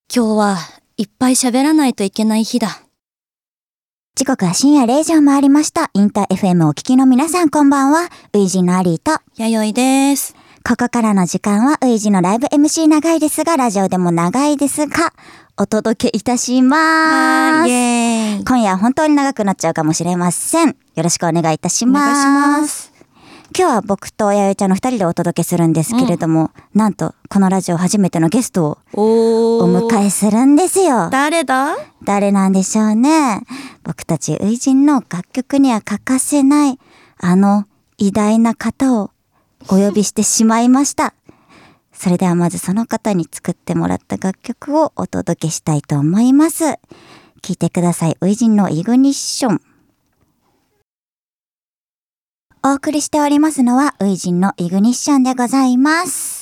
今日はいっぱい喋らないといけない日だ。 時刻は深夜0時を回りました。インター FM をお聞きの皆さん、こんばんは。ウイジのアリーと弥生です。 ここからの時間はウイジのライブ MC 長いですが、ラジオでも長いですがお届けいたします。 イエーイ。 今夜は本当に長くなっちゃうかもしれません。よろしくお願いいたします。 お願いします。 今日は僕と弥生ちゃんの2人でお届けするんですけれども、なんとこのラジオ初めてのゲストをお迎えするんですよ。 誰だ？ 誰なんでしょうね。僕たちウイジンの楽曲には欠かせないあの偉大な方をお呼びしてしまいました。それではまずその方に作ってもらった楽曲をお届けしたいと思います。聴いてください。ウイジンのイグニッション。お送りしておりますのはウイジンのイグニッションでございます。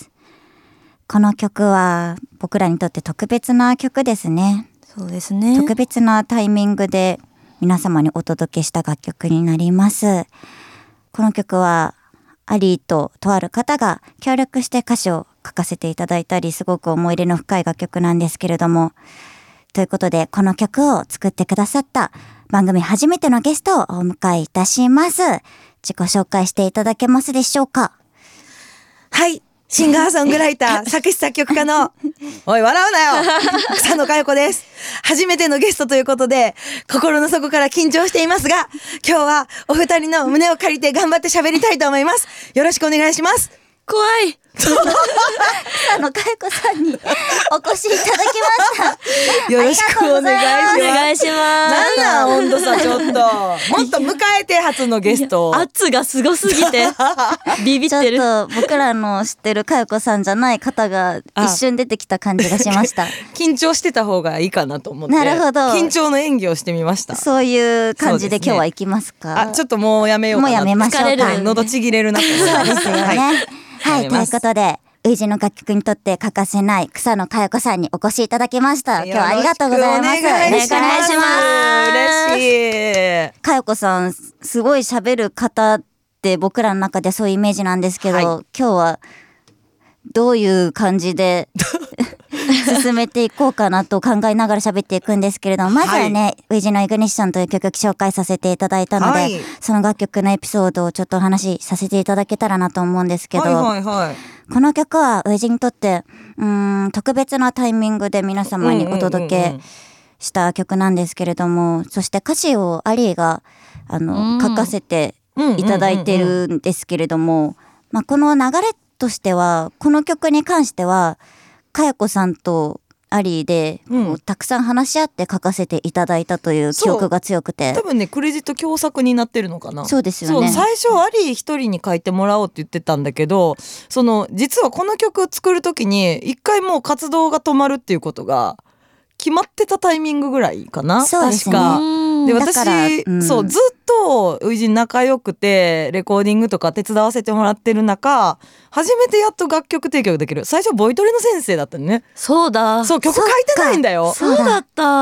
この曲は僕らにとって特別な曲ですね。 そうですね。 特別なタイミングで皆様にお届けした楽曲になります。この曲はアリーととある方が協力して歌詞を書かせていただいたり、すごく思い入れの深い楽曲なんですけれども、ということでこの曲を作ってくださった番組初めてのゲストをお迎えいたします。自己紹介していただけますでしょうか？ はい、シンガーソングライター作詞作曲家のおい笑うなよ草野佳代子です。初めてのゲストということで心の底から緊張していますが、今日はお二人の胸を借りて頑張って喋りたいと思います。よろしくお願いします。 怖い。 草野佳代子さんにお越しいただきました。 よろしくお願いします。 お願いします。 なんなん温度差ちょっともっと迎えて初のゲスト。 圧がすごすぎてビビってる。 ちょっと僕らの知ってる佳代子さんじゃない方が一瞬出てきた感じがしました。 緊張してた方がいいかなと思って。 なるほど。 緊張の演技をしてみました。 そういう感じで今日は行きますか？ ちょっともうやめようかな。 もうやめましょうか。 疲れる喉ちぎれるな。そうですよね。はい、ということでウイジの楽曲にとって欠かせない草野佳代子さんにお越しいただきました。今日はありがとうございます。 お願いします。嬉しい。 佳代子さんすごい喋る方って僕らの中でそういうイメージなんですけど、今日はどういう感じで進めていこうかなと考えながら喋っていくんですけれども、まずはね、ウイジのイグニッションという曲紹介させていただいたので、その楽曲のエピソードをちょっとお話しさせていただけたらなと思うんですけど、この曲はウイジにとって特別なタイミングで皆様にお届けした曲なんですけれども、そして歌詞をアリーが書かせていただいてるんですけれども、この流れとしてはこの曲に関しては佳代子さんとアリーでたくさん話し合って書かせていただいたという記憶が強くて、 多分ねクレジット共作になってるのかな。 そうですよね。 最初アリー一人に書いてもらおうって言ってたんだけど、実はこの曲を作る時に一回もう活動が止まるっていうことが決まってたタイミングぐらいかな。 そうですね。 確かで私、 そうずっとウイジン仲良くてレコーディングとか手伝わせてもらってる中、初めてやっと楽曲提供できる。最初ボイトレの先生だったね。 そうだ。 そう、曲書いてないんだよ。 そうだった。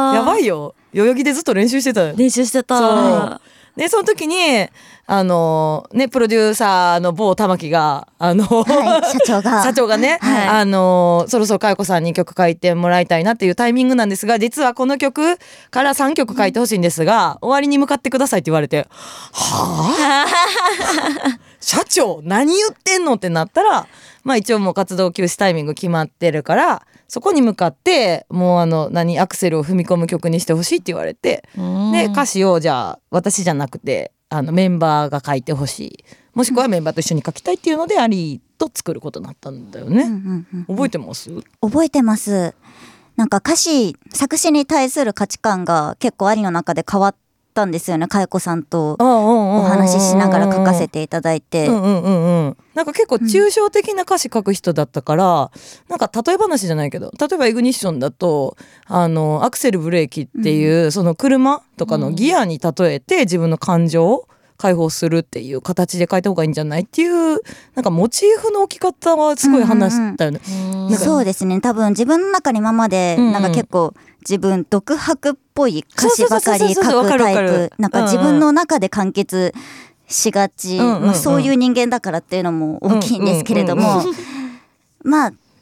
やばいよ。代々木でずっと練習してた。 練習してた。 そうでその時にプロデューサーの某玉木が社長がね、そろそろ佳代子さんに曲書いてもらいたいなっていうタイミングなんですが、実はこの曲から3曲書いてほしいんですが、終わりに向かってくださいって言われて、はぁ社長何言ってんのってなったら、一応もう活動休止タイミング決まってるから、そこに向かってもうアクセルを踏み込む曲にしてほしいって言われて、で歌詞をじゃあ私じゃなくてメンバーが書いてほしい、もしくはメンバーと一緒に書きたいっていうのでアリーと作ることになったんだよね。覚えてます？ 覚えてます。なんか作詞に対する価値観が結構アリの中で変わったんですよね。佳代子さんとお話ししながら書かせていただいて、 なんか結構抽象的な歌詞書く人だったから、なんか例え話じゃないけど、例えばイグニッションだとアクセルブレーキっていう、その車とかのギアに例えて自分の感情を解放するっていう形で書いた方がいいんじゃないっていう、なんかモチーフの置き方はすごい話したよね。 そうですね。多分自分の中に今までなんか結構自分独白っぽい歌詞ばかり書くタイプ、なんか自分の中で完結しがち、そういう人間だからっていうのも大きいんですけれども、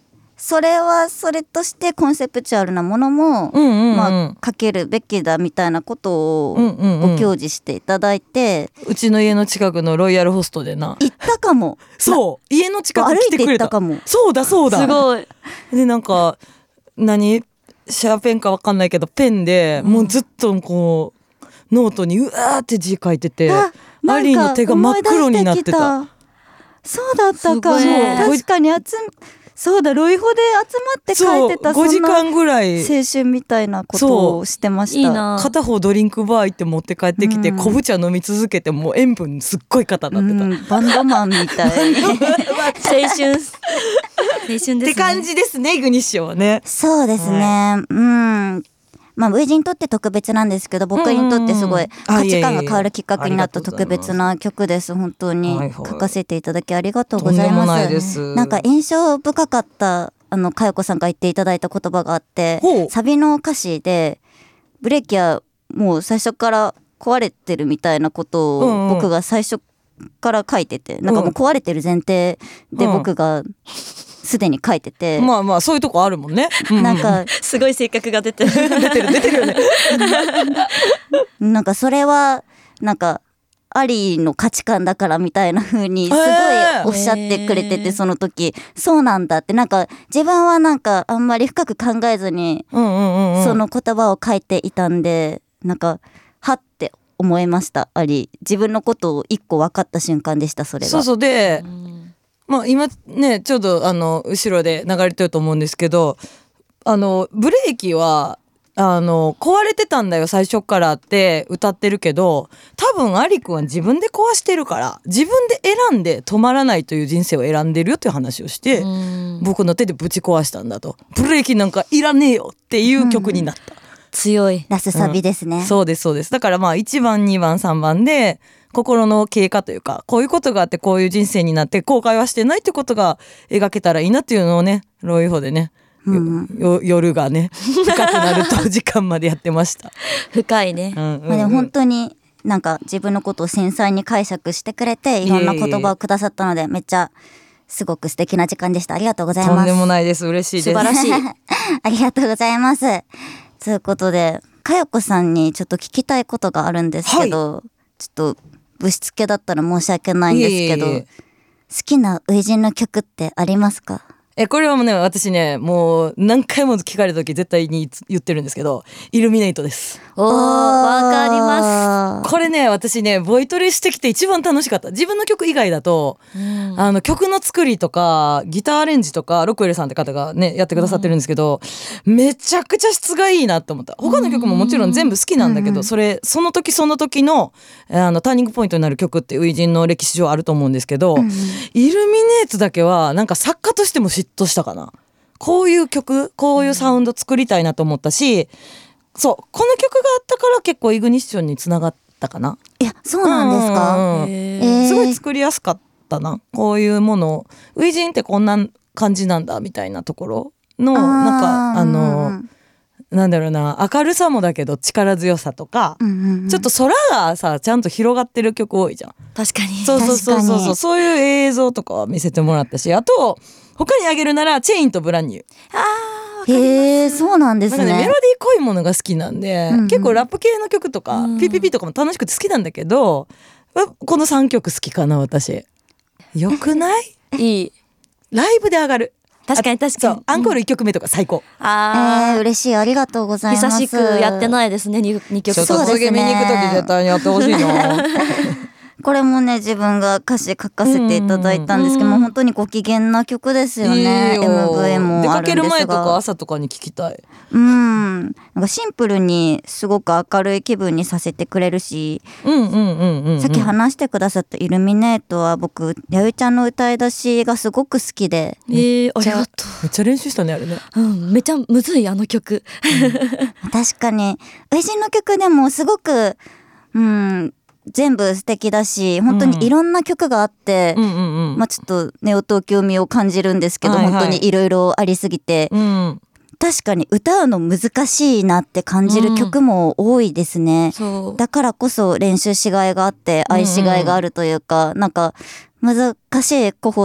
それはそれとしてコンセプチュアルなものも、 うんうんうん、 まあ、書けるべきだみたいなことをご教示していただいて、 うちの家の近くのロイヤルホストでな行ったかも。 そう家の近く歩いて来てくれた行ったかも。 そうだそうだすごい。 でなんかシャーペンかわかんないけどペンでもうずっとこうノートにうわーって字書いてて、アリーの手が真っ黒になってた。 そうだったかも。 すごい確かにそうだ、ロイホで集まって書いてた。 そう5時間ぐらい青春みたいなことをしてました。 いいな。 片方ドリンクバー行って持って帰ってきて、昆布茶飲み続けてもう塩分すっごい方になってた、 バンドマンみたい。 青春ですね。 って感じですね、グニッショはね。 そうですね。まあ、ウイジにとって特別なんですけど、僕にとってすごい価値観が変わるきっかけになった特別な曲です。本当に書かせていただきありがとうございます。 とんでもないです。 なんか印象深かった佳代子さんが言っていただいた言葉があって、サビの歌詞でブレーキはもう最初から壊れてるみたいなことを僕が最初から書いてて、なんかもう壊れてる前提で僕がすでに書いてて、 まあまあそういうとこあるもんね、 なんかすごい性格が出てる出てるよねなんかそれはなんかアリーの価値観だからみたいな風にすごいおっしゃってくれてて、その時そうなんだって、なんか自分はなんかあんまり深く考えずにその言葉を書いていたんで、なんかはって思いました。アリー自分のことを一個分かった瞬間でした。それがそうで、まあ今ねちょうど後ろで流れてると思うんですけど、ブレーキは壊れてたんだよ最初からって歌ってるけど、多分アリくんは自分で壊してるから自分で選んで止まらないという人生を選んでるよっていう話をして、僕の手でぶち壊したんだと、ブレーキなんかいらねえよっていう曲になった、 強いラスサビですね、 そうですそうです。だからまあ1番2番3番で心の経過というか、こういうことがあってこういう人生になって後悔はしてないってことが描けたらいいなっていうのをね、ロイホでね、夜がね深くなると時間までやってました深いね、 まあ、でも本当になんか自分のことを繊細に解釈してくれていろんな言葉をくださったので、めっちゃすごく素敵な時間でした。ありがとうございます。 とんでもないです、嬉しいです、 素晴らしいありがとうございます。ということで佳代子さんにちょっと聞きたいことがあるんですけど、ちょっとぶしつけだったら申し訳ないんですけど、好きな初陣の曲ってありますか？ これはもうね、私ねもう何回も聞かれた時絶対に言ってるんですけど、イルミネートです。 おー、わかります。 これね、私ねボイトレしてきて一番楽しかった。自分の曲以外だと、曲の作りとかギターアレンジとかロクエルさんって方がねやってくださってるんですけど、めちゃくちゃ質がいいなと思った。他の曲ももちろん全部好きなんだけど、その時その時のターニングポイントになる曲って初陣の歴史上あると思うんですけど、イルミネートだけはなんか作家としても嫉妬したかな。こういう曲、こういうサウンド作りたいなと思ったし、そう、この曲があったから結構イグニッションにつながったかな。 いや、そうなんですか？ すごい作りやすかったな、こういうものを。初陣ってこんな感じなんだみたいなところのなんかなんだろうな、明るさもだけど力強さとか、ちょっと空がさちゃんと広がってる曲多いじゃん。 確かに。 そうそういう映像とかは見せてもらったし、あと他にあげるならチェインとブランニュー。 へえ、そうなんですね。 なんかね、メロディー濃いものが好きなんで、結構ラップ系の曲とか、PPP とかも楽しくて好きなんだけど、この3曲好きかな私。よくない？ いい。 ライブで上がる。 確かに確かに。 アンコール1曲目とか最高。 嬉しい、ありがとうございます。 久しくやってないですね、2曲。 ちょっと続け見に行く時絶対にやってほしいな。 これもね、自分が歌詞書かせていただいたんですけども、本当にご機嫌な曲ですよね。MV も出かあるんですが、 ける前とか朝とかに聞きたい。 なんかシンプルにすごく明るい気分にさせてくれるし、さっき話してくださったイルミネートは僕やゆちゃんの歌い出しがすごく好きで、 ありがとめっちゃ練習したねあれね。 めちゃむずいあの曲。 確かに初陣の曲でもすごく全部素敵だし、本当にいろんな曲があって、まあちょっとネオ東京味を感じるんですけど、本当にいろいろありすぎて、確かに歌うの難しいなって感じる曲も多いですね。だからこそ練習しがいがあって愛しがいがあるというか、なんか難しい子ほど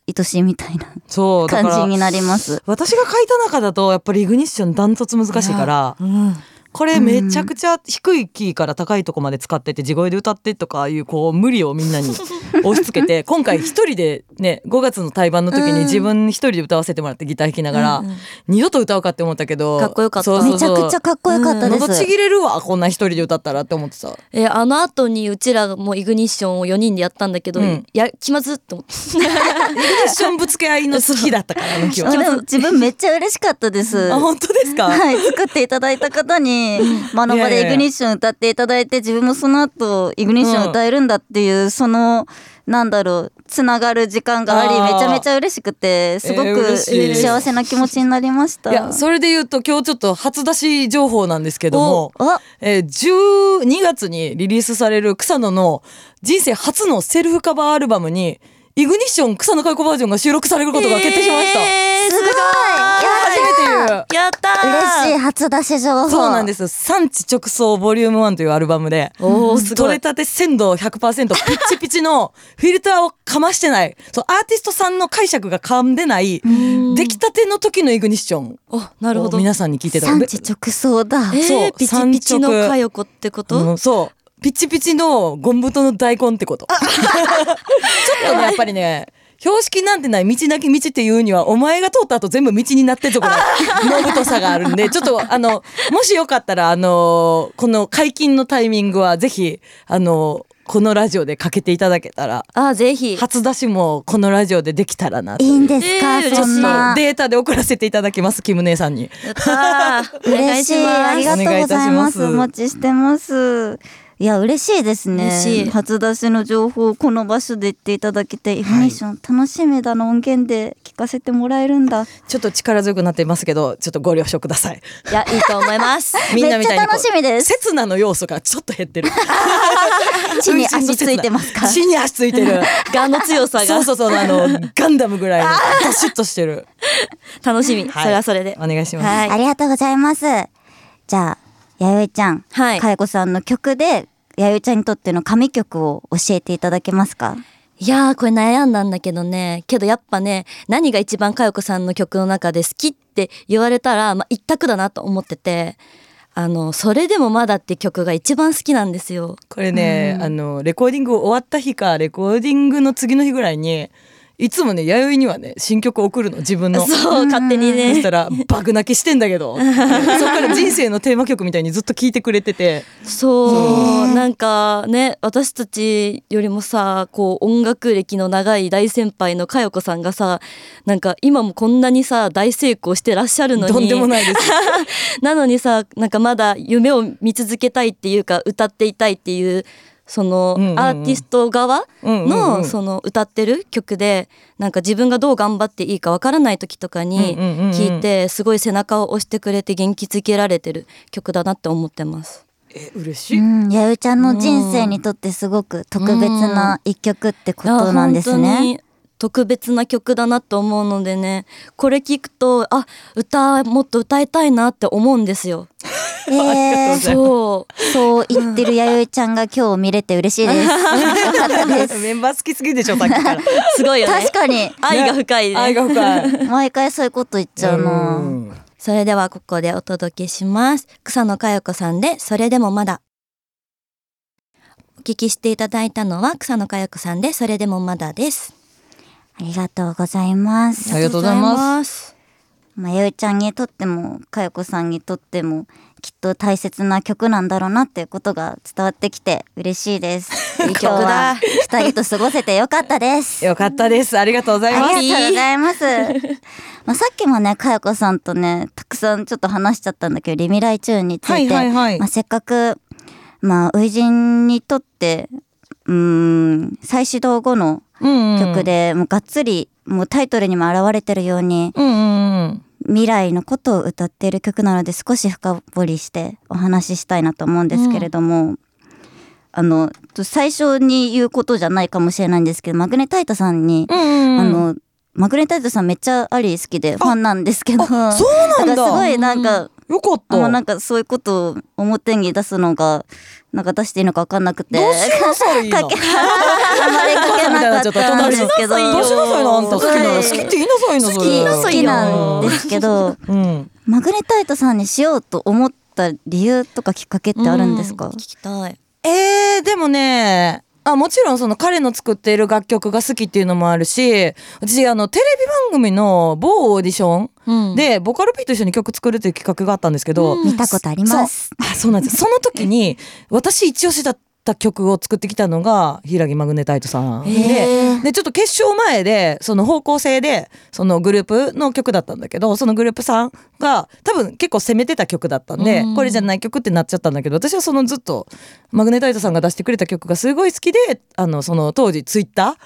愛しいみたいなそうだから感じになります。 私が書いた中だとやっぱりイグニッションダントツ難しいからこれめちゃくちゃ低いキーから高いとこまで使ってて地声で歌ってとかいうこう無理をみんなに押し付けて今回一人でね5月の対バンの時に自分一人で歌わせてもらってギター弾きながら二度と歌うかって思ったけどかっこよかった。 めちゃくちゃかっこよかったです。 喉ちぎれるわこんな一人で歌ったらって思ってさ。 あの後にうちらもイグニッションを4人でやったんだけど、気まずっと思ってイグニッションぶつけ合いの好きだったからあの日は。 でも自分めっちゃ嬉しかったです。 あ本当ですか。 はい、作っていただいた方にマノバでイグニッション歌っていただいて自分もその後イグニッション歌えるんだっていうそのなんだろうつながる時間がありめちゃめちゃ嬉しくてすごく幸せな気持ちになりました。 いやそれで言うと今日ちょっと初出し情報なんですけども12月にリリースされる草野の人生初のセルフカバーアルバムにイグニッション草野華代子バージョンが収録されることが決定しました。 すごい初めて言う。 やったー。 嬉しい初出し情報。 そうなんです。産地直送ボリューム1というアルバムで取れたて鮮度 100% ピッチピチのフィルターをかましてないそうアーティストさんの解釈が噛んでない出来たての時のイグニッションなるほど皆さんに聞いていただ産地直送だ。 そうピチピチのかよこってこと、 そうピチピチのゴンブトの大根ってことちょっとねやっぱりね標識なんてない道なき道っていうにはお前が通った後全部道になってるところの太さがあるんでちょっともしよかったらこの解禁のタイミングはぜひこのラジオでかけていただけたらぜひ初出しもこのラジオでできたらなといいんですか、そんなデータで送らせていただきますキム姉さんに。 やったー嬉しいありがとうございます。おお願待ちしてます。いや嬉しいですね。 嬉しい初出しの情報をこの場所で言っていただけて、イグニッション楽しみだの音源で聞かせてもらえるんだ。 ちょっと力強くなってますけどちょっとご了承ください。 いやいいと思いますみんなみたいにめっちゃ楽しみです刹那の要素がちょっと減ってる地に足ついてますか。 地に足ついてるガの強さがそうガンダムぐらいのドシッとしてる楽しみ、 はいそれはそれでお願いします、 はいありがとうございます。じゃあ弥生ちゃん、 はいかえこさんの曲で弥生ちゃんにとっての神曲を教えていただけますか。 いやーこれ悩んだんだけどねけどやっぱね何が一番かよこさんの曲の中で好きって言われたら、一択だなと思っててそれでもまだって曲が一番好きなんですよ。 これね、レコーディング終わった日かレコーディングの次の日ぐらいにいつもね弥生にはね新曲送るの自分のそう勝手にそねしたら爆泣きしてんだけどそっから人生のテーマ曲みたいにずっと聴いてくれててそうなんかね私たちよりもさこう音楽歴の長い大先輩のかよこさんがさなんか今もこんなにさ大成功してらっしゃるのにとんでもないですなのにさなんかまだ夢を見続けたいっていうか歌っていたいっていうそのアーティスト側のその歌ってる曲でなんか自分がどう頑張っていいかわからない時とかに聴いてすごい背中を押してくれて元気づけられてる曲だなって思ってます。 嬉しい、 弥生ちゃんの人生にとってすごく特別な一曲ってことなんです本当ね。 に特別な曲だなと思うのでねこれ聞くともっと歌いたいなって思うんですよ。 そう言ってる弥生ちゃんが今日見れて嬉しいです。よかったですメンバー好きすぎでしょさっきからすごいよね確かに愛が深いね愛が深い毎回そういうこと言っちゃうな。 それではここでお届けします。草野華代子さんでそれでもまだ。お聞きしていただいたのは草野華代子さんでそれでもまだです。 ありがとうございます。 ありがとうございます。 弥生ちゃんにとってもかよこさんにとってもきっと大切な曲なんだろうなっていうことが伝わってきて嬉しいです。 いい曲だ。 今日は2人と過ごせてよかったです。 よかったです。ありがとうございます。 ありがとうございます。さっきもねかよこさんとねたくさんちょっと話しちゃったんだけどリミライチューンについて、せっかく初陣にとって再始動後の曲で、もうがっつりもうタイトルにも表れてるように、未来のことを歌っている曲なので少し深掘りしてお話ししたいなと思うんですけれども、最初に言うことじゃないかもしれないんですけどマグネタイトさんに、マグネタイトさんめっちゃアリー好きでファンなんですけど、 そうなんだ。 すごいなんか、 よかった。 なんかそういうことを表に出すのがなんか出していいのか分かんなくて。 どうしようそれいいな。 あまりかけなかったんですけど、 どうしなさいのあんた好きなの好きって言いなさいのそれ好きなんですけど、マグネタイトさんにしようと思った理由とかきっかけってあるんですか？ 聞きたい。 でもね、もちろんその彼の作っている楽曲が好きっていうのもあるし、私テレビ番組の某オーディションでボカロ P と一緒に曲作るっていう企画があったんですけど、 見たことあります。 そうなんです。その時に私一押しだった曲を作ってきたのが平木マグネタイトさんでちょっと決勝前でその方向性でそのグループの曲だったんだけど、そのグループさんが多分結構攻めてた曲だったんで、これじゃない曲ってなっちゃったんだけど、私はそのずっとマグネタイトさんが出してくれた曲がすごい好きで、その当時ツイッター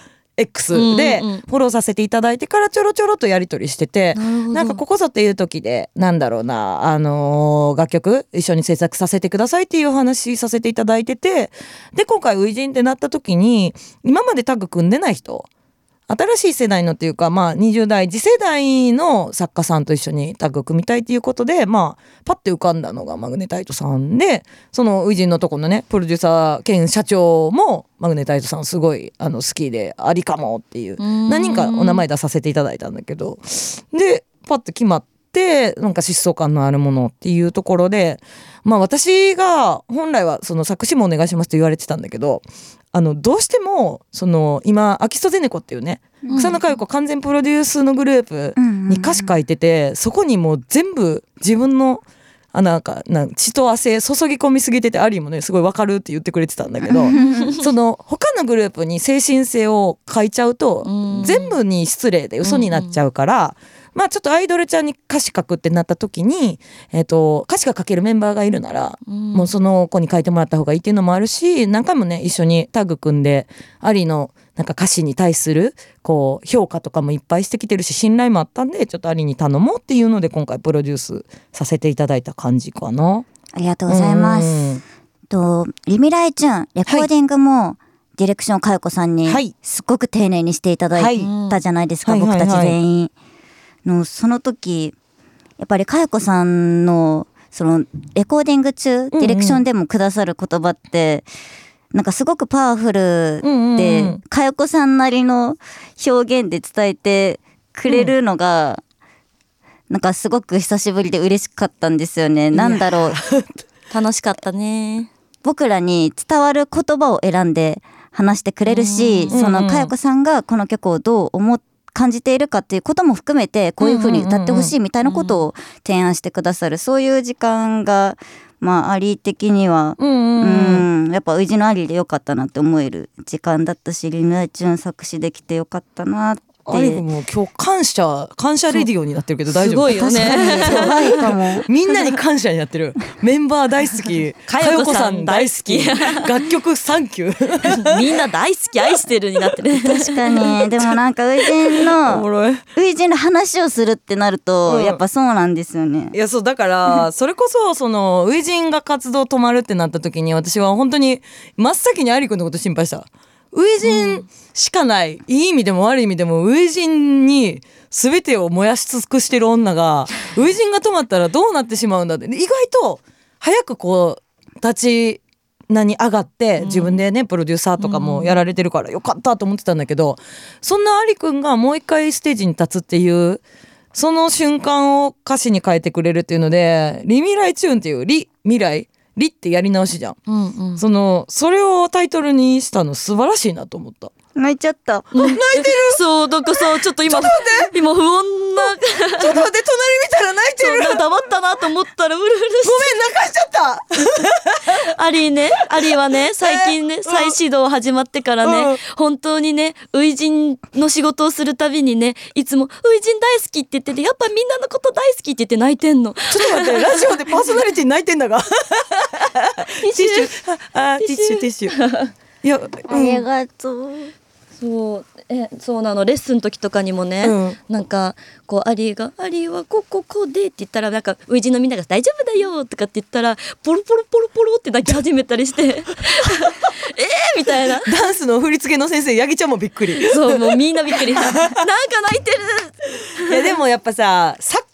X でフォローさせていただいてからちょろちょろとやり取りしてて、なんかここぞっていう時でなんだろうな、楽曲一緒に制作させてくださいっていうお話させていただいてて、で今回初陣ってなった時に今までタッグ組んでない人、新しい世代のっていうか、20代次世代の作家さんと一緒にタッグ組みたいっていうことで、パッて浮かんだのがマグネタイトさんで、その初陣のとこのねプロデューサー兼社長もマグネタイトさんすごい好きでありかもっていう何人かお名前出させていただいたんだけど、でパッて決まってなんか疾走感のあるものっていうところで、私が本来はその作詞もお願いしますと言われてたんだけど、どうしてもその今アキストゼネコっていうね、草野佳代子完全プロデュースのグループに歌詞書いてて、そこにもう全部自分のなんか血と汗注ぎ込みすぎてて、アリーもねすごい分かるって言ってくれてたんだけどその他のグループに精神性を書いちゃうと全部に失礼で嘘になっちゃうから、ちょっとアイドルちゃんに歌詞書くってなった時に、歌詞が書けるメンバーがいるなら、もうその子に書いてもらった方がいいっていうのもあるし、何回もね一緒にタッグ組んでアリのなんか歌詞に対するこう評価とかもいっぱいしてきてるし、信頼もあったんでちょっとアリに頼もうっていうので今回プロデュースさせていただいた感じかな。 ありがとうございます。リミライチューンレコーディングも、ディレクション佳代子さんにすごく丁寧にしていただいたじゃないですか、僕たち全員の。その時やっぱり佳代子さんのそのレコーディング中、ディレクションでもくださる言葉ってなんかすごくパワフルで、佳代子さんなりの表現で伝えてくれるのが、なんかすごく久しぶりで嬉しかったんですよね。なんだろう楽しかったね。 僕らに伝わる言葉を選んで話してくれるし、その佳代子さんがこの曲をどう感じているかっていうことも含めて、こういう風に歌ってほしいみたいなことを提案してくださる、そういう時間がアリ的にはやっぱウイジのアリでよかったなって思える時間だったし、リミライチューン作詞できてよかったなって。 アリも今日感謝レディオになってるけど大丈夫？ すごいよね。 やばいかも。 みんなに感謝になってる。メンバー大好き、佳代子さん大好き、楽曲サンキューみんな大好き、愛してるになってる。 確かに。でもなんかウイジンの話をするってなると、やっぱそうなんですよね。 いやそうだからそれこそそのウイジンが活動止まるってなった時に、私は本当に真っ先にアリ君のこと心配した。ウイジンしかない、いい意味でも悪い意味でもウイジンに全てを燃やし尽くしてる女がウイジンが止まったらどうなってしまうんだって、意外と早くこう立ち上がって自分でねプロデューサーとかもやられてるからよかったと思ってたんだけど、そんなアリ君がもう一回ステージに立つっていうその瞬間を歌詞に変えてくれるっていうので、リミライチューンっていう未来リってやり直しじゃん、それをタイトルにしたの素晴らしいなと思った。 泣いちゃった。 泣いてる。 そうだからさ、ちょっと今不穏なちょっと待って、隣見たら泣いてる。 黙ったなと思ったらうるうるして、 ごめん泣かしちゃった。 アリーはね最近ね再始動始まってからね、本当にねウイジンの仕事をするたびにね、いつもウイジン大好きって言ってて、やっぱみんなのこと大好きって言って泣いてんの。 ちょっと待って、ラジオでパーソナリティ泣いてんだが。ティッシュティッシュ。いや、 ありがとう。 そうなの。レッスンの時とかにもね、なんかこうアリーはこうでって言ったら、なんかウイジンのみんなが大丈夫だよとかって言ったらポロポロポロポロって泣き始めたりしてみたいな。 ダンスの振り付けの先生ヤギちゃんもびっくり。 そう、もうみんなびっくり。なんか泣いてる。 いやでもやっぱさ、作家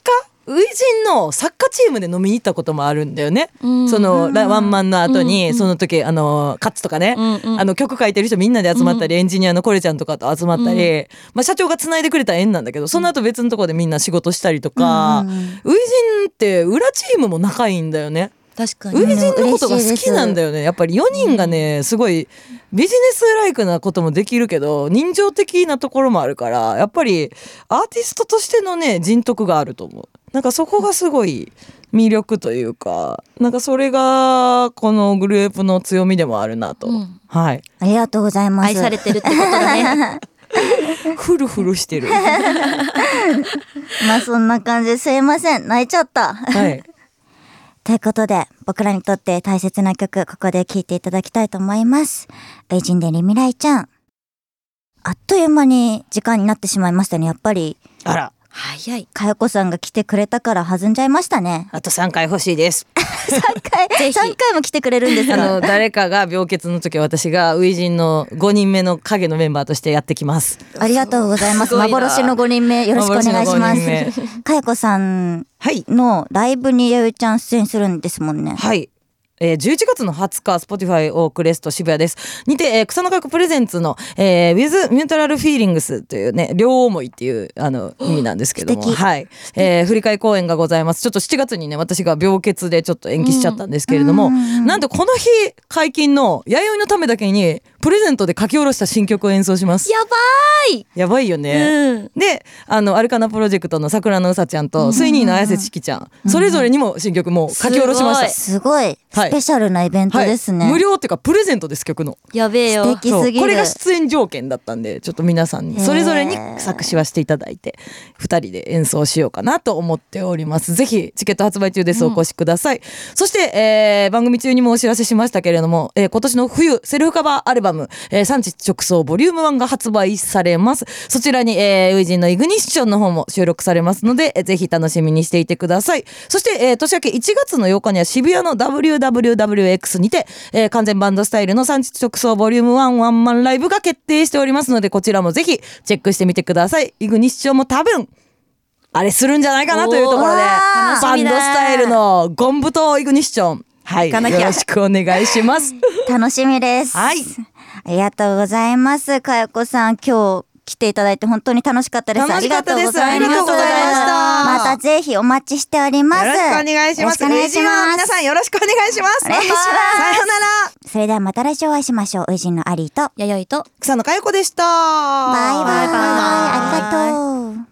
初陣のサッカーチームで飲みに行ったこともあるんだよね、そのワンマンの後に、その時カッツとかね、曲書いてる人みんなで集まったり、エンジニアのコレちゃんとかと集まったり、社長がつないでくれた縁なんだけど、その後別のところでみんな仕事したりとか、初陣って裏チームも仲いいんだよね。 確かに初陣のことが好きなんだよね。やっぱり4人がね、すごいビジネスライクなこともできるけど人情的なところもあるから、やっぱりアーティストとしてのね人徳があると思う。なんかそこがすごい魅力というか、なんかそれがこのグループの強みでもあるなと、はい、 ありがとうございます。 愛されてるってことだねフルフルしてるまあそんな感じで、すいません、泣いちゃった、 はい、 ということで、僕らにとって大切な曲、ここで聴いていただきたいと思います。初陣でリミライちゃん。あっという間に時間になってしまいましたね。やっぱりあら早い。 かよこさんが来てくれたから弾んじゃいましたね。 あと3回欲しいです 3回も来てくれるんですか？ 誰かが病欠の時は私が初陣の5人目の影のメンバーとしてやってきます。 ありがとうございます。幻の5人目よろしくお願いします。かよこさんのライブにやゆちゃん出演するんですもんね。 はい、11月の20日 Spotify オークレスト渋谷ですにて、草の学プレゼンツの、With Mutual Feelings というね、両思いっていう意味なんですけども、はい、振り替え公演がございます。ちょっと7月にね、私が病欠でちょっと延期しちゃったんですけれども、なんとこの日解禁の弥生のためだけにプレゼントで書き下ろした新曲を演奏します。 やばい、 やばいよね、でアルカナプロジェクトの桜のうさちゃんと、スイニーの綾瀬ちきちゃん、それぞれにも新曲も書き下ろしました。 すごいスペシャルなイベントですね、 無料っていうかプレゼントです、曲の。 やべえよ、 素敵すぎる。 これが出演条件だったんで、ちょっと皆さんにそれぞれに作詞はしていただいて2人で演奏しようかなと思っております。ぜひチケット発売中です、お越しください。そして、番組中にもお知らせしましたけれども、今年の冬セルフカバーアルバム、産地直送ボリューム1が発売されます。そちらに、初陣のイグニッションの方も収録されますので、ぜひ楽しみにしていてください。そして、年明け1月の8日には渋谷の WWWX にて、完全バンドスタイルの産地直送ボリューム1ワンマンライブが決定しておりますので、こちらもぜひチェックしてみてください。イグニッションも多分あれするんじゃないかなというところで、バンドスタイルのゴンブとイグニッション、はい、よろしくお願いします楽しみです。 はい、 ありがとうございます。かよこさん、今日来ていただいて本当に楽しかったです。 楽しかったです。 ありがとうございました。またぜひお待ちしております。 よろしくお願いします。 皆さんよろしくお願いします。 お願いします。 さようなら。 それではまた来週お会いしましょう。初陣のアリーと弥生と草野佳代子でした。 バイバイ。ありがとう。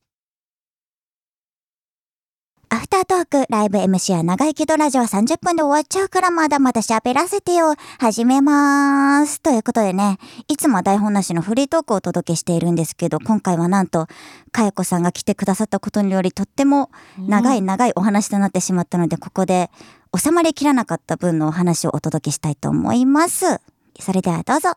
アフタートークライブ MC は長いけどラジオは30分で終わっちゃうからまだまだ喋らせてよ。始めます。ということでね、いつもは台本なしのフリートークをお届けしているんですけど、今回はなんとかよこさんが来てくださったことによりとっても長いお話となってしまったので、ここで収まりきらなかった分のお話をお届けしたいと思います。それではどうぞ。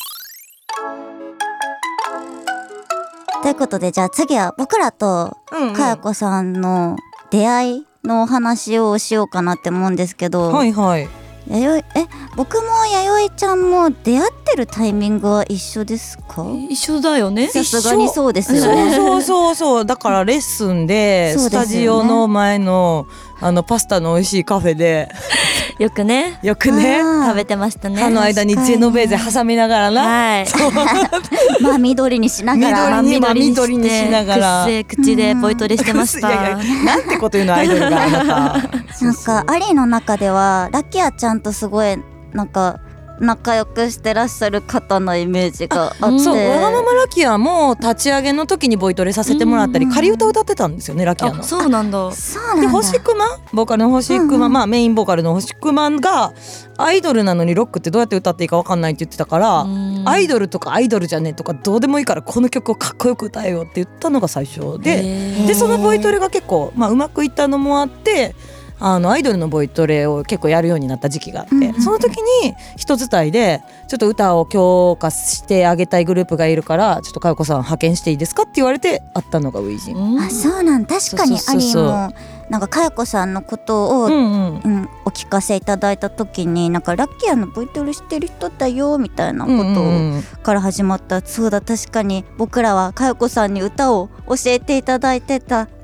ということで、じゃあ次は僕らとかよこさんの出会いのお話をしようかなって思うんですけど、 はいはい、 僕も弥生ちゃんも出会ってるタイミングは一緒ですか？ 一緒だよね。 さすがにそうですよね。 そうだからレッスンで、スタジオの前のパスタの美味しいカフェでよくね食べてましたね。 間にジェノベーゼ挟みながらな、 はい、 真緑にしながら真緑にしながらくっせ口でボイトレしてました。 いやなんてこと言うのアイドルがあなたなんかアリーの中ではラキアちゃんとすごいなんか仲良くしてらっしゃる方のイメージがあって、 そう、わがままラキアも立ち上げの時にボイトレさせてもらったり、仮歌歌ってたんですよね、ラキアの。 そうなんだ。 で星熊、ボーカルの星熊、メインボーカルの星熊がアイドルなのにロックってどうやって歌っていいか分かんないって言ってたから、アイドルとかアイドルじゃねえとかどうでもいいからこの曲をかっこよく歌えよって言ったのが最初で、そのボイトレが結構、うまくいったのもあって、アイドルのボイトレを結構やるようになった時期があって、その時に人伝いでちょっと歌を強化してあげたいグループがいるからちょっとかよこさん派遣していいですかって言われて会ったのが初陣。 あ、そうなん、確かにアリーもなんかかよこさんのことを、お聞かせいただいた時になんかラッキーのボイトレしてる人だよみたいなことから始まった、そうだ、確かに僕らはかよこさんに歌を教えていただいてた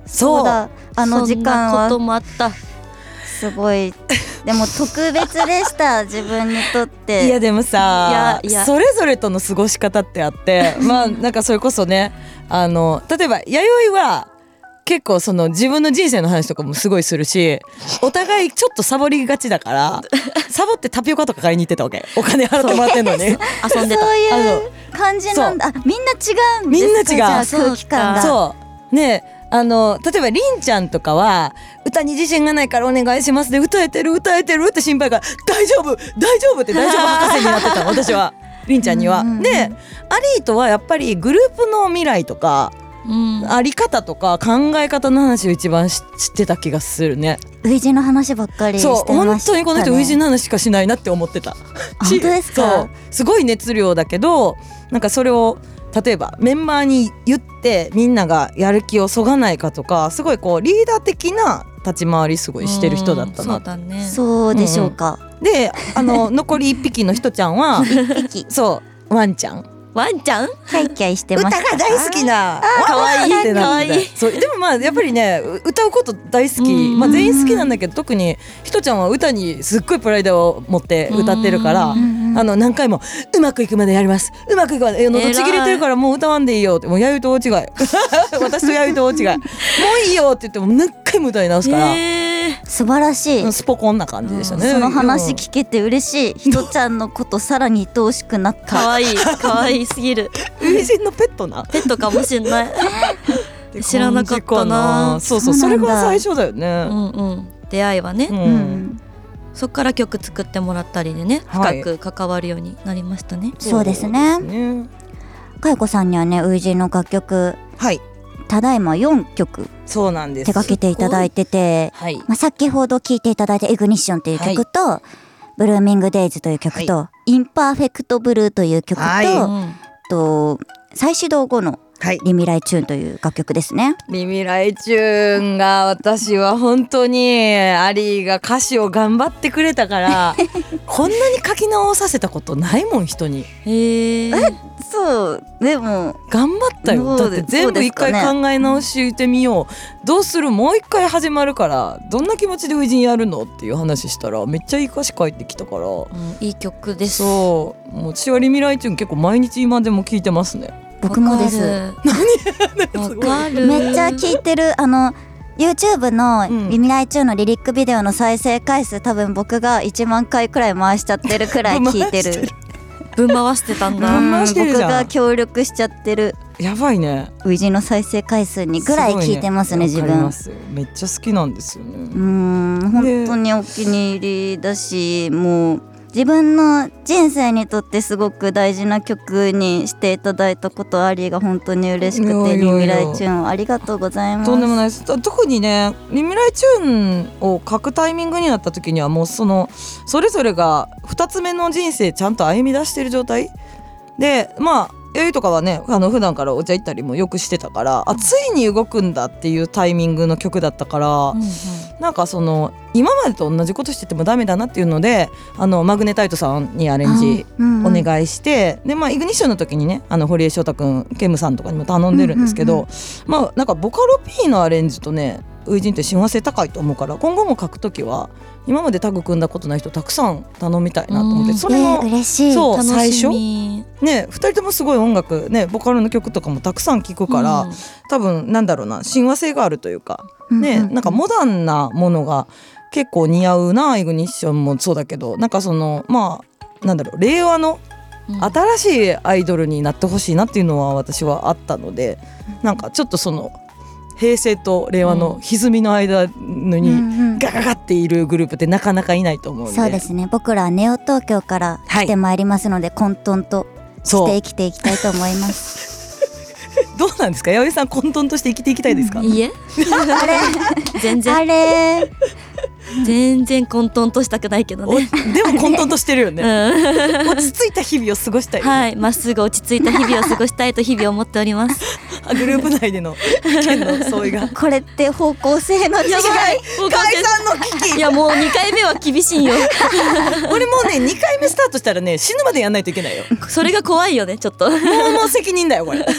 そうだ、あの時間はそんなこともあった。 すごい。でも特別でした自分にとって。 いやでもさ、 いやそれぞれとの過ごし方ってあってまあなんかそれこそね、例えば弥生は結構その自分の人生の話とかもすごいするし、お互いちょっとサボりがちだからサボってタピオカとか買いに行ってたわけ。お金払ってもらってんのに遊んでた。そういう感じなんだ。あ、みんな違うんですか。 みんな違う。 じゃあ空気感が。 そうね。例えばりんちゃんとかは歌に自信がないからお願いしますで歌えてるって心配が大丈夫って大丈夫博士になってたの私はりんちゃんには。でアリートはやっぱりグループの未来とか、あり方とか考え方の話を一番知ってた気がするね。 初陣の話ばっかりしてましたね。 そう本当にこの人初陣の話しかしないなって思ってた。 本当ですか。 そうすごい熱量だけどなんかそれを例えばメンバーに言ってみんながやる気をそがないかとかすごいこうリーダー的な立ち回りすごいしてる人だったな。 そうだね。 そうでしょうか。 で残り1匹の人ちゃんは 1匹そうワンちゃんワンちゃんキャイキャイしてました。 歌が大好きな可愛いってなって可愛い。 そうでもまあやっぱりね歌うこと大好き、まあ、全員好きなんだけど特にひとちゃんは歌にすっごいプライドを持って歌ってるから何回もうまくいくまでやりますうまくいくまで喉ちぎれてるからもう歌わんでいいよってもう弥生と大違い私と弥生と大違いもういいよって言っても何回も歌い直すから素晴らしい。 スポコンな感じでしたね。 その話聞けて嬉しい。ひとちゃんのことさらに愛おしくなった。 可愛いすぎる。 初陣のペットなペットかもしれない知らなかったな。 そうそれが最初だよね。 出会いはね、そっから曲作ってもらったりでね、深く関わるようになりましたね。 そうですね。かよこさんにはね初陣の楽曲、ただいま4曲そうなんです手掛けていただいてて、先ほど聴いていただいたイグニッションという曲と、ブルーミングデイズという曲と、インパーフェクトブルーという曲と、再始動後のリミライチューンという楽曲ですね。 リミライチューンが私は本当にアリーが歌詞を頑張ってくれたからこんなに書き直させたことないもん人に。 そうでも頑張ったよ。だって全部一回考え直してみよう、どうするもう一回始まるからどんな気持ちで初陣やるのっていう話したらめっちゃいい歌詞書いてきたから、 いい曲です。 そうもう私はリミライチューン結構毎日今でも聴いてますね。 僕もです。 わかる。 めっちゃ聴いてる。YouTube のリミライチューンのリリックビデオの再生回数、多分僕が1万回くらい回しちゃってるくらい聴いてる。 ぶん回してたんだ。 僕が協力しちゃってる。 やばいね。 初陣の再生回数にぐらい聴いてますね自分。 めっちゃ好きなんですよね。 本当にお気に入りだし、もう自分の人生にとってすごく大事な曲にしていただいたことアリーが本当に嬉しくて、リミライチューンありがとうございます。 とんでもないです。特にねリミライチューンを書くタイミングになった時にはもうそれぞれが2つ目の人生ちゃんと歩み出してる状態で、まあ弥生とかはね普段からお茶行ったりもよくしてたから、ついに動くんだっていうタイミングの曲だったから、なんか今までと同じことしててもダメだなっていうのでマグネタイトさんにアレンジお願いして、でイグニッションの時にね堀江翔太くんケムさんとかにも頼んでるんですけど、なんかボカロ P のアレンジとね初陣って親和性高いと思うから今後も書くときは今までタッグ組んだことない人たくさん頼みたいなと思って、それも嬉しい。 そう最初ね2人ともすごい音楽ねボカロの曲とかもたくさん聴くから、多分なんだろうな親和性があるというかね、なんかモダンなものが結構似合うな。イグニッションもそうだけどなんかなんだろう令和の新しいアイドルになってほしいなっていうのは私はあったので、なんかちょっと平成と令和の歪みの間にガガガっているグループってなかなかいないと思うので、 そうですね。僕らはネオ東京から来てまいりますので、混沌として生きていきたいと思いますどうなんですか、弥生さん混沌として生きていきたいですか？ いいえあれ全然あれ全然混沌としたくないけどね。 でも混沌としてるよね、落ち着いた日々を過ごしたい、 はい、まっすぐ落ち着いた日々を過ごしたいと日々思っておりますグループ内での意見の相違がこれって方向性の違い、 解散の危機。 いやもう2回目は厳しいよ俺もうね2回目スタートしたらね死ぬまでやんないといけないよそれが怖いよねちょっともう責任だよこれ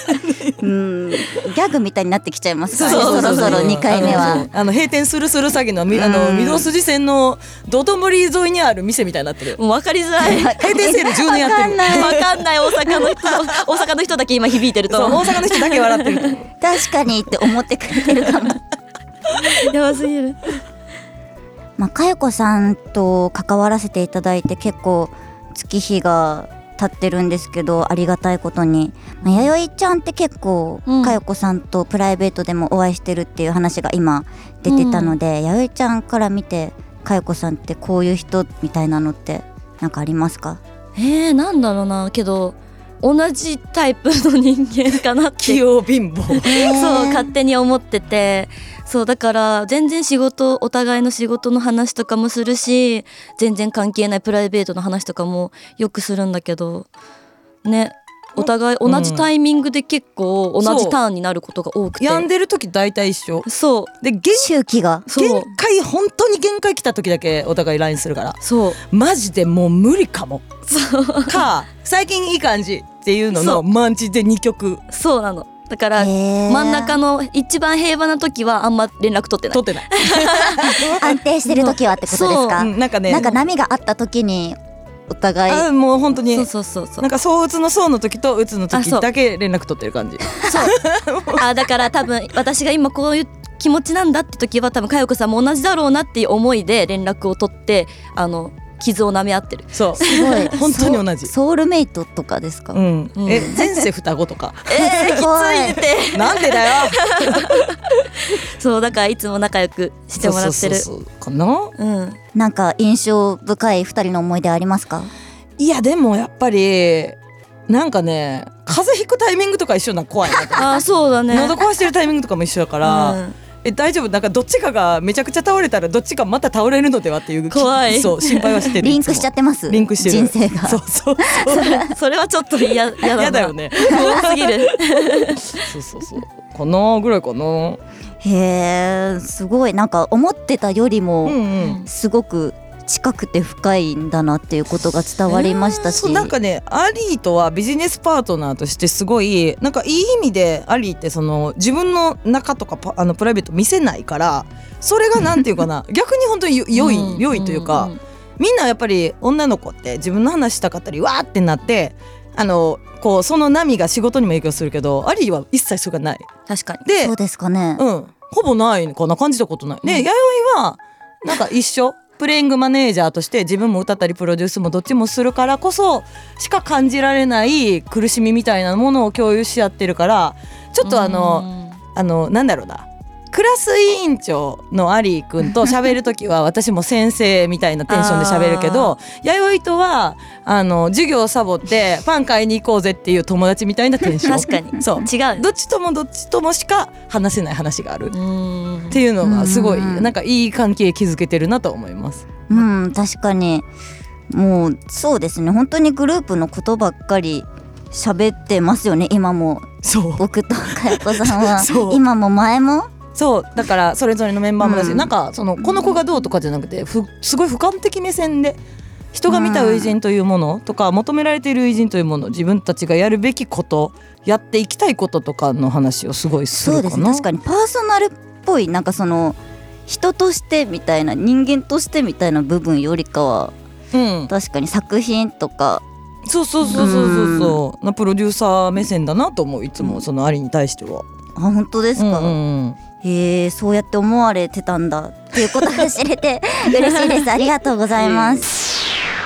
ギャグみたいになってきちゃいますからね。 そうそろそろ2回目は閉店する詐欺の御堂筋線の道頓堀沿いにある店みたいになってる。 もう分かりづらい。 閉店セール10年やってる。 分かんない。大阪の人だけ今響いてると。 そう大阪の人だけ笑ってる。 確かにって思ってくれてるかも。 やばすぎる。 佳代子さんと関わらせていただいて結構月日が経ってるんですけど、ありがたいことに、弥生ちゃんって結構佳代子さんとプライベートでもお会いしてるっていう話が今出てたので、弥生ちゃんから見て佳代子さんってこういう人みたいなのってなんかありますか？ なんだろうな、けど同じタイプの人間かなって器用貧乏そう勝手に思ってて、そうだから全然お互いの仕事の話とかもするし、全然関係ないプライベートの話とかもよくするんだけどね、お互い同じタイミングで結構同じターンになることが多くて、 病んでる時大体一緒。 そうで周期が限界、本当に限界来た時だけお互い LINE するから、 そうマジでもう無理かもか最近いい感じっていうののマンチで2曲。 そうなの。だから真ん中の一番平和な時はあんま連絡取ってない安定してる時はってことですか？ なんかね、 なんか波があった時にお互いもう本当にそうなんかそううつの時とうつの時だけ連絡取ってる感じ。 そうだから多分私が今こういう気持ちなんだって時は多分佳代子さんも同じだろうなっていう思いで連絡を取って傷を舐め合ってる。 そうすごい本当に同じ。 ソウルメイトとかですか？ 前世双子とかきついってなんでだよそうだからいつも仲良くしてもらってる。 そうかな。 なんか印象深い2人の思い出ありますか？ いやでもやっぱりなんかね、風邪ひくタイミングとか一緒な怖いなそうだね。 喉壊してるタイミングとかも一緒だから、大丈夫、なんかどっちかがめちゃくちゃ倒れたらどっちかまた倒れるのではっていう怖いそう心配はしてる。 リンクしちゃってます。 リンクしてる人生が。 そうそれはちょっと嫌だよね。 多すぎるそうこのぐらいかな。 へー、すごいなんか思ってたよりもすごく近くて深いんだなっていうことが伝わりましたし、 なんかね、アリーとはビジネスパートナーとしてすごいなんかいい意味でアリーってその自分の中とかプライベート見せないから、それがなんていうかな逆に本当に良いというか、みんなやっぱり女の子って自分の話したかったりわーってなってこうその波が仕事にも影響するけど、アリーは一切それがない。 確かに。 でそうですかね。 ほぼないかな、感じたことない。で、弥生はなんか一緒プレイングマネージャーとして自分も歌ったりプロデュースもどっちもするからこそしか感じられない苦しみみたいなものを共有し合ってるから、ちょっとなんだろうな、クラス委員長のアリー君と喋るときは私も先生みたいなテンションで喋るけど、弥生とは授業をサボってパン買いに行こうぜっていう友達みたいなテンション。 確かに。 そう違う。 どっちともしか話せない話があるっていうのがすごいなんかいい関係築けてるなと思います。 確かにもうそうですね、本当にグループのことばっかり喋ってますよね。今もそう僕と佳代子さんはそう今も前もそうだからそれぞれのメンバーもだし、なんかこの子がどうとかじゃなくてすごい俯瞰的目線で人が見た初陣というものとか求められている初陣というもの、自分たちがやるべきことやっていきたいこととかの話をすごいするかな。 そうですね、確かにパーソナルっぽいなんかその人としてみたいな人間としてみたいな部分よりかは、確かに作品とかそうプロデューサー目線だなと思う、いつもそのアリに対しては。 本当ですか？そうやって思われてたんだっていうことが知れて嬉しいです。ありがとうございます。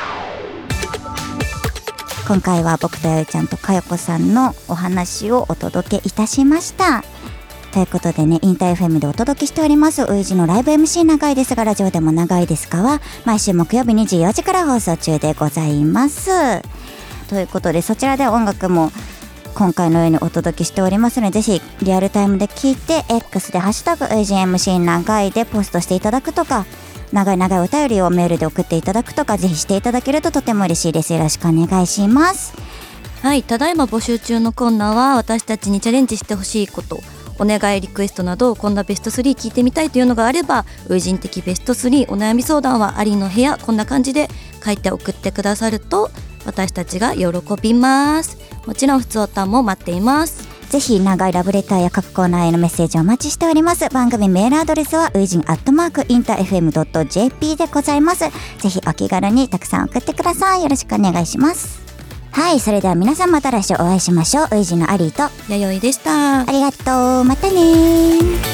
今回は僕と弥生ちゃんと佳代子さんのお話をお届けいたしました。ということでね、インター FM でお届けしておりますウイジのライブ MC 長いですがラジオでも長いですかは毎週木曜日24時から放送中でございます。ということでそちらで音楽も今回のようにお届けしておりますので、ぜひリアルタイムで聞いて X でハッシュタグ UGMC 長いでポストしていただくとか、長いお便りをメールで送っていただくとかぜひしていただけるととても嬉しいです。よろしくお願いします。 はい、ただいま募集中のコーナーは私たちにチャレンジしてほしいこと、お願いリクエストなどこんなベスト3聞いてみたいというのがあれば、初陣的ベスト3お悩み相談はアリの部屋こんな感じで書いて送ってくださると私たちが喜びます。もちろん普通おたんも待っています。 ぜひ長いラブレターや各コーナーへのメッセージをお待ちしております。番組メールアドレスはウイジン@interfm.jp でございます。ぜひお気軽にたくさん送ってください。よろしくお願いします。はい、それでは皆さんまた来週お会いしましょう。ウイジンのアリーと弥生でした。 ありがとう。またね。